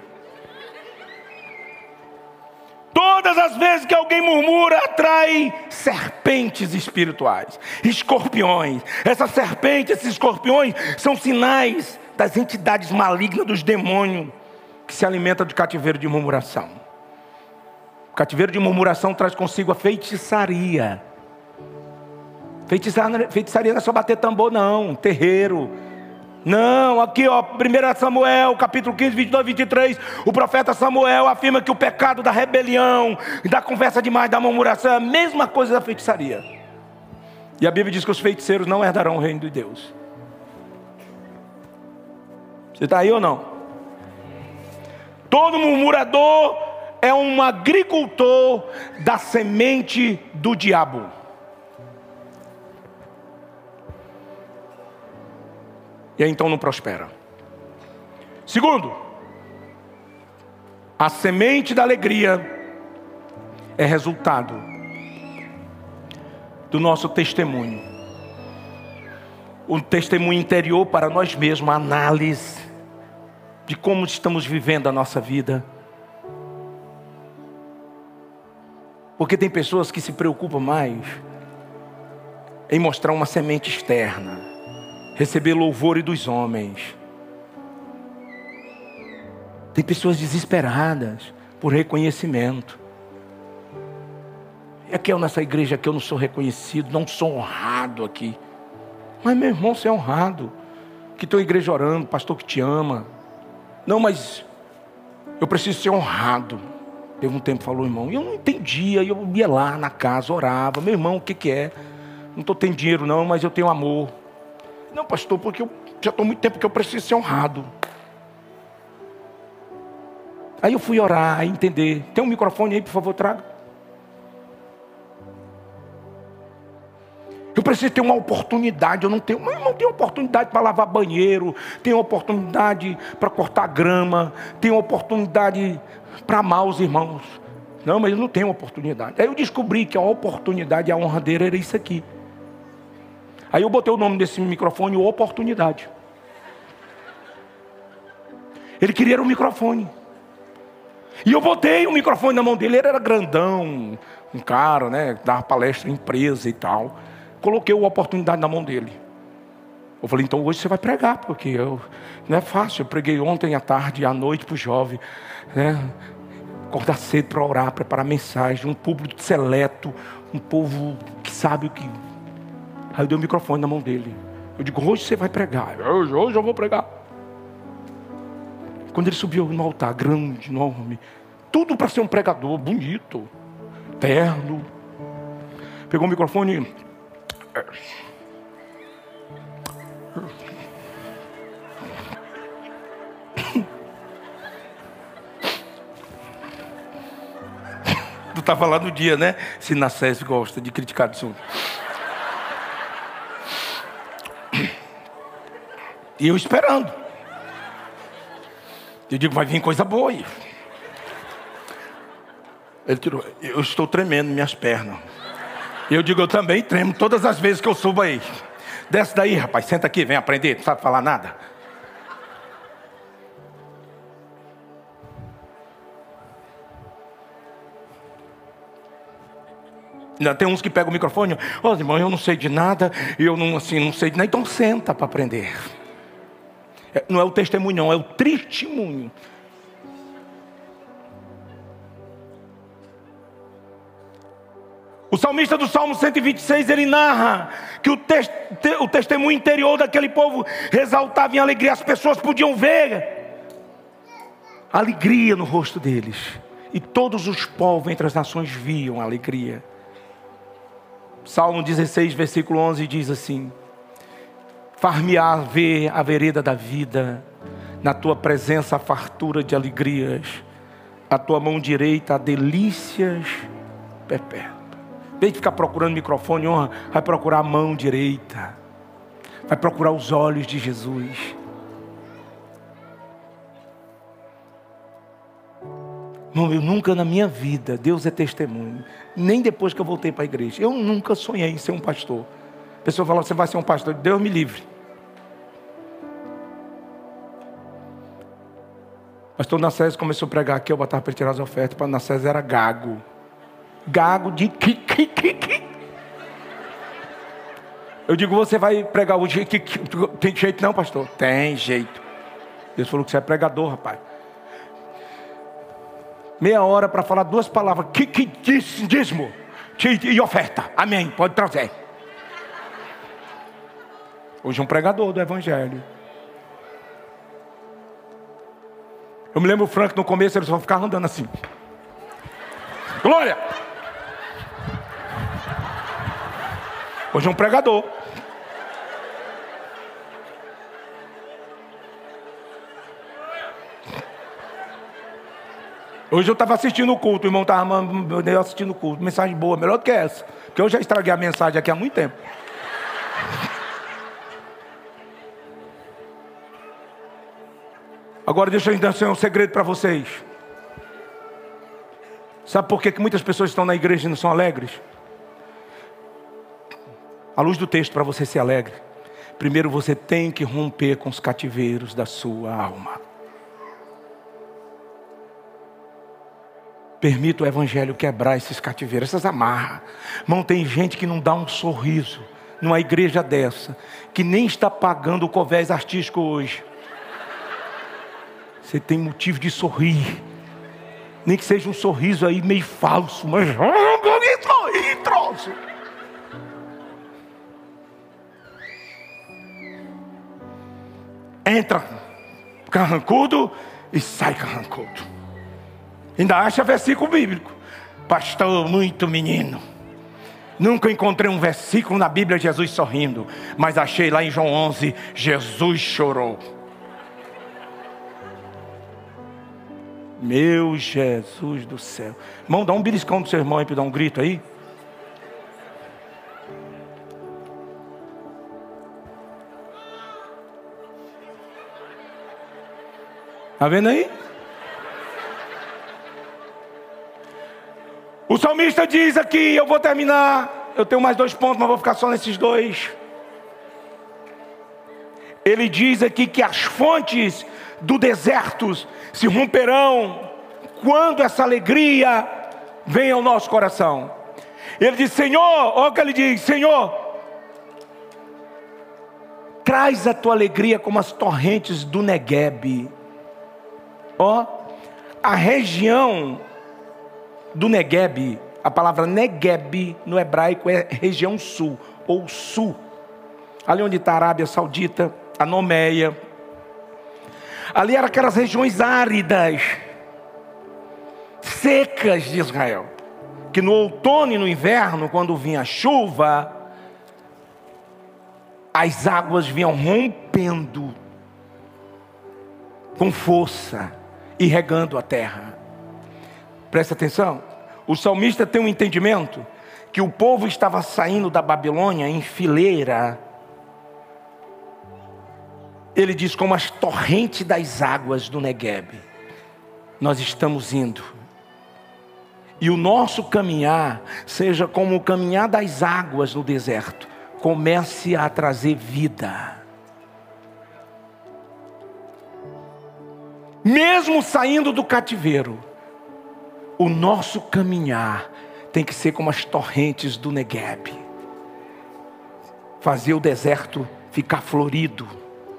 Todas as vezes que alguém murmura, atrai serpentes espirituais, escorpiões. Essas serpentes, esses escorpiões, são sinais das entidades malignas, dos demônios, que se alimentam de cativeiro de murmuração. O cativeiro de murmuração traz consigo a feitiçaria. Feitiçaria, feitiçaria não é só bater tambor, não. Terreiro. Não, aqui ó, primeiro Samuel, capítulo quinze, vinte e dois, vinte e três. O profeta Samuel afirma que o pecado da rebelião, da conversa demais, da murmuração, é a mesma coisa da feitiçaria. E a Bíblia diz que os feiticeiros não herdarão o reino de Deus. Você está aí ou não? Todo murmurador é um agricultor da semente do diabo. E aí então não prospera. Segundo, a semente da alegria é resultado do nosso testemunho. Um testemunho interior para nós mesmos, a análise de como estamos vivendo a nossa vida. Porque tem pessoas que se preocupam mais em mostrar uma semente externa, receber louvor dos homens. Tem pessoas desesperadas por reconhecimento. É que eu nessa igreja aqui eu não sou reconhecido, não sou honrado aqui. Mas meu irmão, você é honrado. Que tua igreja orando, pastor que te ama. Não, mas eu preciso ser honrado. Teve um tempo, falou, irmão, e eu não entendia, eu ia lá na casa, orava. Meu irmão, o que que é? Não estou tendo dinheiro não, mas eu tenho amor. Não, pastor, porque eu já estou muito tempo que eu preciso ser honrado. Aí eu fui orar, entender. Tem um microfone aí, por favor, traga. Eu preciso ter uma oportunidade, eu não tenho, mas eu não tenho oportunidade para lavar banheiro, tenho oportunidade para cortar grama, tenho oportunidade para amar os irmãos. Não, mas eu não tenho oportunidade. Aí eu descobri que a oportunidade e a honra dele era isso aqui. Aí eu botei o nome desse microfone, Oportunidade. Ele queria um microfone. E eu botei o microfone na mão dele. Ele era grandão, um cara, né? Dava palestra em empresa e tal. Coloquei a oportunidade na mão dele. Eu falei, então hoje você vai pregar, porque eu, não é fácil. Eu preguei ontem à tarde e à noite para o jovem, né? Acordar cedo para orar, preparar mensagem, um público seleto, um povo que sabe o que... Aí eu dei o microfone na mão dele. Eu digo, hoje você vai pregar. Hoje, hoje eu vou pregar. Quando ele subiu no altar, grande, enorme, tudo para ser um pregador, bonito, terno, pegou o microfone. Tu estava lá no dia, né? Se na S E S gosta de criticar isso. E eu esperando. Eu digo, vai vir coisa boa aí. Ele tirou, eu estou tremendo minhas pernas. E eu digo, eu também tremo todas as vezes que eu subo aí. Desce daí, rapaz, senta aqui, vem aprender, não sabe falar nada. Ainda tem uns que pegam o microfone, ó, oh, irmão, eu não sei de nada, eu não, assim, não sei de nada, então senta para aprender. Não é o testemunho, não, é o testemunho. O salmista do Salmo cento e vinte e seis, ele narra que o, te, te, o testemunho interior daquele povo exaltava em alegria. As pessoas podiam ver a alegria no rosto deles. E todos os povos entre as nações viam a alegria. Salmo dezesseis, versículo onze diz assim: far-me-á ver a vereda da vida, na tua presença a fartura de alegrias, a tua mão direita a delícias perpétuas. Em vez de ficar procurando microfone, honra, vai procurar a mão direita, vai procurar os olhos de Jesus. Não, eu nunca na minha vida, Deus é testemunho, nem depois que eu voltei para a igreja, eu nunca sonhei em ser um pastor. A pessoa fala, você vai ser um pastor, Deus me livre. Pastor Nassés começou a pregar aqui, eu botava para tirar as ofertas. Pastor Nassés era gago. Gago de ki, ki, ki, ki. Eu digo, você vai pregar hoje? Que, que, tem jeito não, pastor? Tem jeito. Deus falou que você é pregador, rapaz. Meia hora para falar duas palavras. Que, que, dízimo e oferta. Amém, pode trazer. Hoje é um pregador do evangelho. Eu me lembro o Frank, no começo ele só ficava andando assim. Glória! Hoje é um pregador. Hoje eu estava assistindo o culto, o irmão estava assistindo o culto. Mensagem boa, melhor do que essa. Porque eu já estraguei a mensagem aqui há muito tempo. Agora deixa eu dar um segredo para vocês. Sabe por que que muitas pessoas estão na igreja e não são alegres? À luz do texto, para você ser alegre, primeiro você tem que romper com os cativeiros da sua alma. Permita o evangelho quebrar esses cativeiros, essas amarras. Não tem gente que não dá um sorriso numa igreja dessa, que nem está pagando o covés artístico hoje. Você tem motivo de sorrir. Nem que seja um sorriso aí meio falso, mas sorrir, troço. Entra carrancudo e sai carrancudo. Ainda acha versículo bíblico. Pastor, muito menino. Nunca encontrei um versículo na Bíblia de Jesus sorrindo, mas achei lá em João onze, Jesus chorou. Meu Jesus do céu. Irmão, dá um beliscão do seu irmão aí para dar um grito aí. Está vendo aí? O salmista diz aqui, eu vou terminar. Eu tenho mais dois pontos, mas vou ficar só nesses dois. Ele diz aqui que as fontes do deserto se romperão quando essa alegria vem ao nosso coração. Ele diz: Senhor, olha o que ele diz: Senhor, traz a tua alegria como as torrentes do Neguebe. Ó, a região do Neguebe, a palavra Neguebe no hebraico é região sul, ou sul. Ali onde está a Arábia Saudita, a Nomeia. Ali eram aquelas regiões áridas, secas de Israel, que no outono e no inverno, quando vinha a chuva, as águas vinham rompendo com força e regando a terra. Presta atenção, o salmista tem um entendimento que o povo estava saindo da Babilônia em fileira. Ele diz: como as torrentes das águas do Neguebe, nós estamos indo. E o nosso caminhar seja como o caminhar das águas no deserto. Comece a trazer vida. Mesmo saindo do cativeiro, o nosso caminhar tem que ser como as torrentes do Neguebe. Fazer o deserto ficar florido.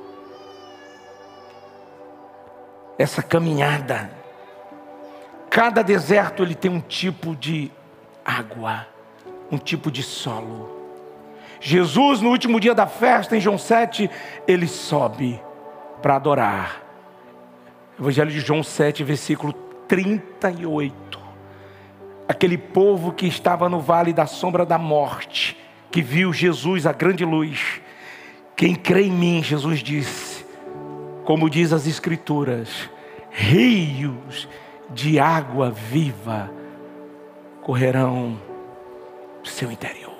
Essa caminhada, cada deserto ele tem um tipo de água, um tipo de solo. Jesus, no último dia da festa, em João sete, ele sobe para adorar. Evangelho de João sete, versículo trinta e oito. Aquele povo que estava no vale da sombra da morte, que viu Jesus, a grande luz. Quem crê em mim, Jesus disse, como diz as Escrituras, rios de água viva correrão do seu interior.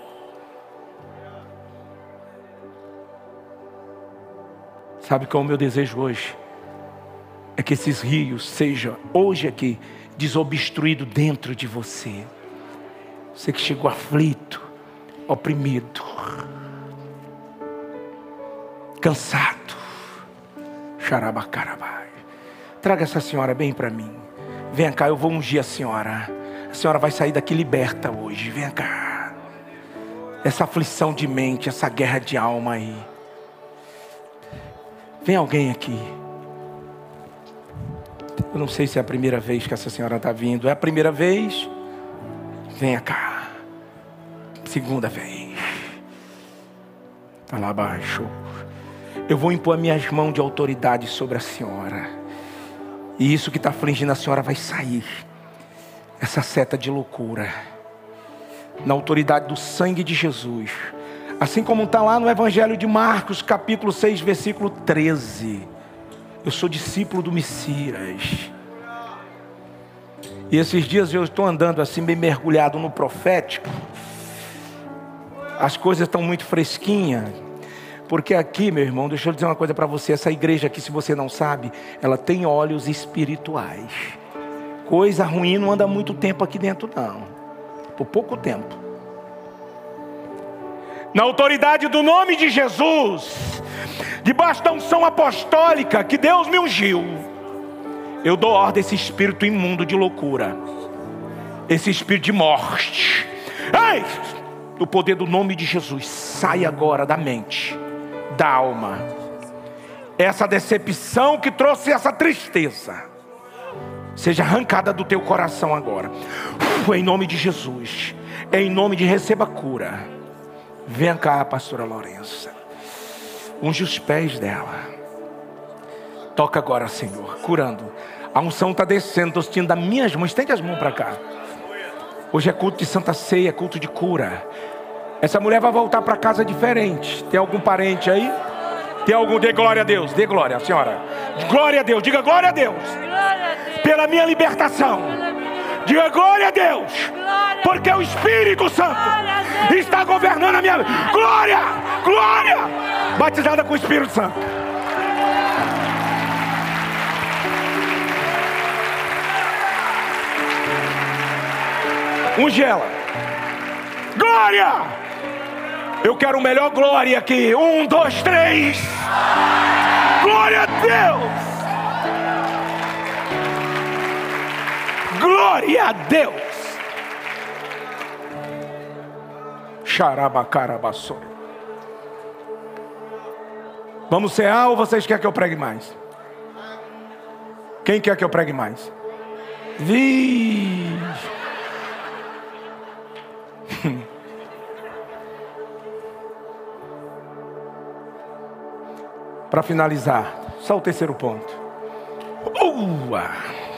Sabe qual é o meu desejo hoje? É que esses rios sejam hoje aqui desobstruídos dentro de você. Você que chegou aflito, oprimido, cansado. Xarabacarabai. Traga essa senhora bem para mim. Venha cá, eu vou ungir a senhora. A senhora vai sair daqui liberta hoje. Venha cá. Essa aflição de mente, essa guerra de alma aí. Vem alguém aqui. Eu não sei se é a primeira vez que essa senhora está vindo. É a primeira vez? Venha cá. Segunda vez. Está lá abaixo. Eu vou impor minhas mãos de autoridade sobre a senhora. E isso que está afligindo a senhora vai sair. Essa seta de loucura. Na autoridade do sangue de Jesus. Assim como está lá no Evangelho de Marcos, capítulo seis, versículo treze. Eu sou discípulo do Messias. E esses dias eu estou andando assim, bem mergulhado no profético. As coisas estão muito fresquinhas. Porque aqui, meu irmão, deixa eu dizer uma coisa para você. Essa igreja aqui, se você não sabe, ela tem olhos espirituais. Coisa ruim não anda muito tempo aqui dentro, não. Por pouco tempo. Na autoridade do nome de Jesus, debaixo da unção apostólica que Deus me ungiu, eu dou ordem a esse espírito imundo de loucura, esse espírito de morte. Ei! O poder do nome de Jesus sai agora da mente, da alma. Essa decepção que trouxe essa tristeza seja arrancada do teu coração agora. Uf, em nome de Jesus. Em nome de receba cura. Vem cá, pastora Lourença. Unge os pés dela. Toca agora, Senhor, curando. A unção está descendo, estou sentindo das minhas mãos. Estende as mãos para cá. Hoje é culto de Santa Ceia, culto de cura. Essa mulher vai voltar para casa diferente. Tem algum parente aí? Tem algum? Dê glória a Deus. Dê glória, senhora. Glória a Deus. Diga glória a Deus. Pela minha libertação. Diga glória a Deus. Porque o Espírito Santo está governando a minha vida. Glória! Glória! Batizada com o Espírito Santo. Unge ela. Glória! Eu quero o melhor glória aqui. Um, dois, três. Glória a Deus. Glória a Deus. Xarabacarabaçô. Vamos cear ou vocês querem que eu pregue mais? Quem quer que eu pregue mais? Vixe. Para finalizar, só o terceiro ponto. Ua!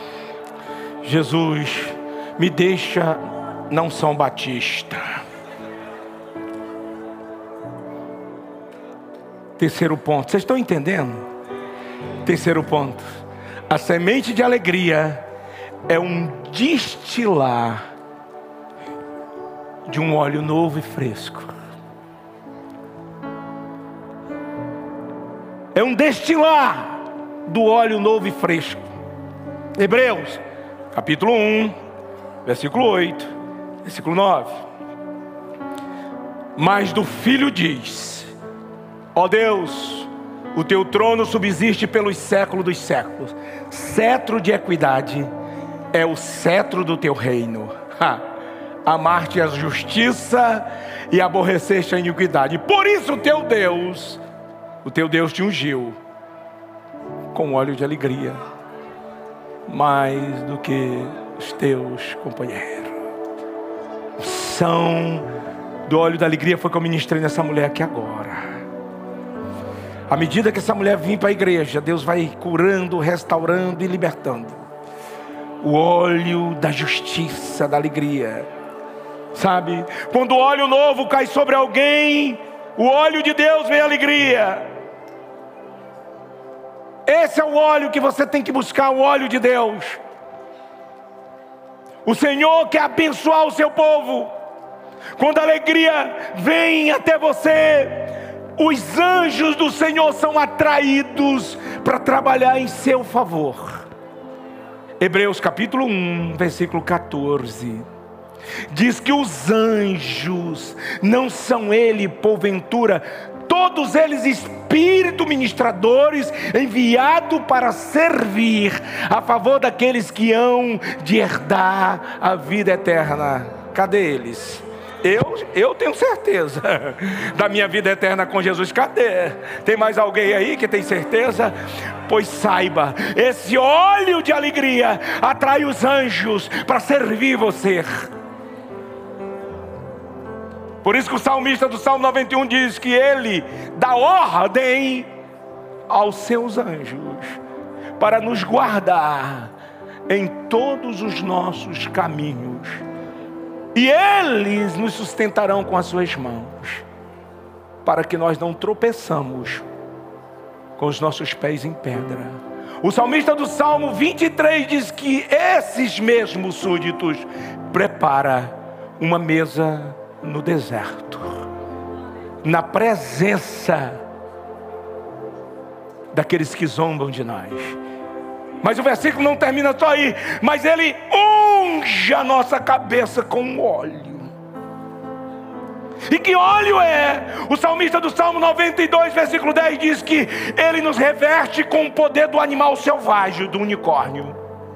Jesus me deixa na unção batista. Terceiro ponto, vocês estão entendendo? Terceiro ponto, a semente de alegria é um destilar de um óleo novo e fresco. É um destilar do óleo novo e fresco. Hebreus, capítulo um, versículo oito, versículo nove. Mas do Filho diz: ó Deus, o teu trono subsiste pelos séculos dos séculos. Cetro de equidade é o cetro do teu reino. Amar-te a justiça e aborreceste a iniquidade. Por isso o teu Deus, o teu Deus te ungiu com óleo de alegria, mais do que os teus companheiros. O som do óleo da alegria foi que eu ministrei nessa mulher aqui agora. À medida que essa mulher vir para a igreja, Deus vai curando, restaurando e libertando. O óleo da justiça, da alegria. Sabe? Quando o óleo novo cai sobre alguém, o óleo de Deus vem alegria. Esse é o óleo que você tem que buscar, o óleo de Deus. O Senhor quer abençoar o seu povo. Quando a alegria vem até você, os anjos do Senhor são atraídos para trabalhar em seu favor. Hebreus capítulo um, versículo quatorze. Diz que os anjos não são ele, porventura, todos eles espíritos ministradores, enviados para servir a favor daqueles que hão de herdar a vida eterna. Cadê eles? Eu, eu tenho certeza da minha vida eterna com Jesus. Cadê? Tem mais alguém aí que tem certeza? Pois saiba, esse óleo de alegria atrai os anjos para servir você. Por isso que o salmista do Salmo noventa e um diz que ele dá ordem aos seus anjos para nos guardar em todos os nossos caminhos. E eles nos sustentarão com as suas mãos, para que nós não tropeçamos com os nossos pés em pedra. O salmista do Salmo vinte e três diz que esses mesmos súditos prepara uma mesa no deserto, na presença daqueles que zombam de nós. Mas o versículo não termina só aí. Mas ele unge a nossa cabeça com óleo. E que óleo é? O salmista do Salmo noventa e dois, versículo dez diz que ele nos reveste com o poder do animal selvagem, do unicórnio.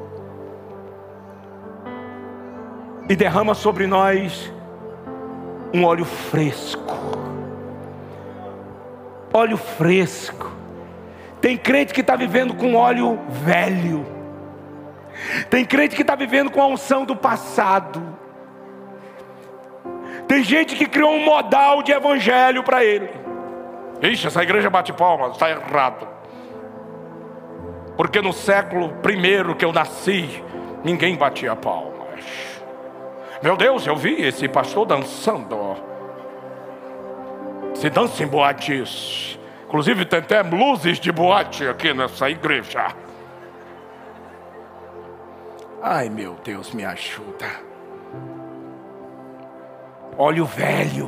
E derrama sobre nós um óleo fresco. Óleo fresco. Tem crente que está vivendo com óleo velho. Tem crente que está vivendo com a unção do passado. Tem gente que criou um modal de evangelho para ele. Ixi, essa igreja bate palmas, está errado. Porque no século primeiro que eu nasci, ninguém batia palmas. Meu Deus, eu vi esse pastor dançando. Se dança em boates. Inclusive tem até luzes de boate aqui nessa igreja. Ai meu Deus, me ajuda. Óleo velho.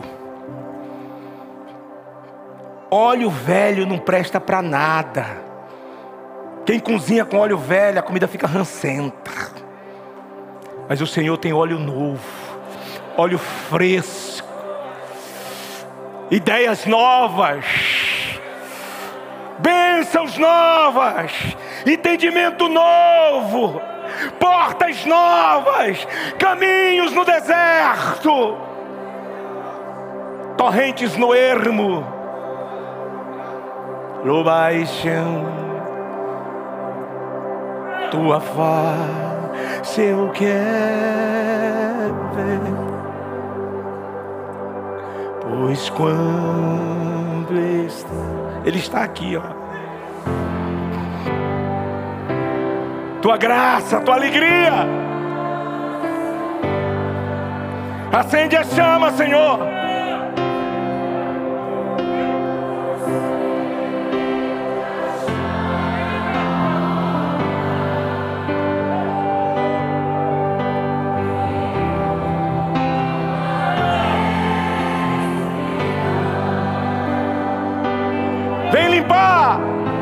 Óleo velho não presta para nada. Quem cozinha com óleo velho, a comida fica rancenta. Mas o Senhor tem óleo novo, óleo fresco. ideias novas, bênçãos novas, entendimento novo, portas novas, caminhos no deserto, torrentes no ermo. Louvai-chão, tua face eu quero ver, pois quando está, Ele está aqui, ó. Tua graça, tua alegria, acende a chama, Senhor. Vem limpar.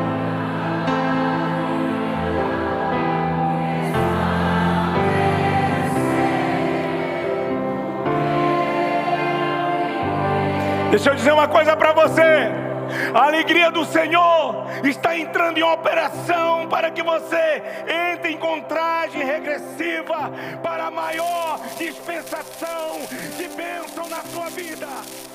Deixa eu dizer uma coisa para você. A alegria do Senhor está entrando em operação para que você entre em contagem regressiva para a maior dispensação de bênção na sua vida.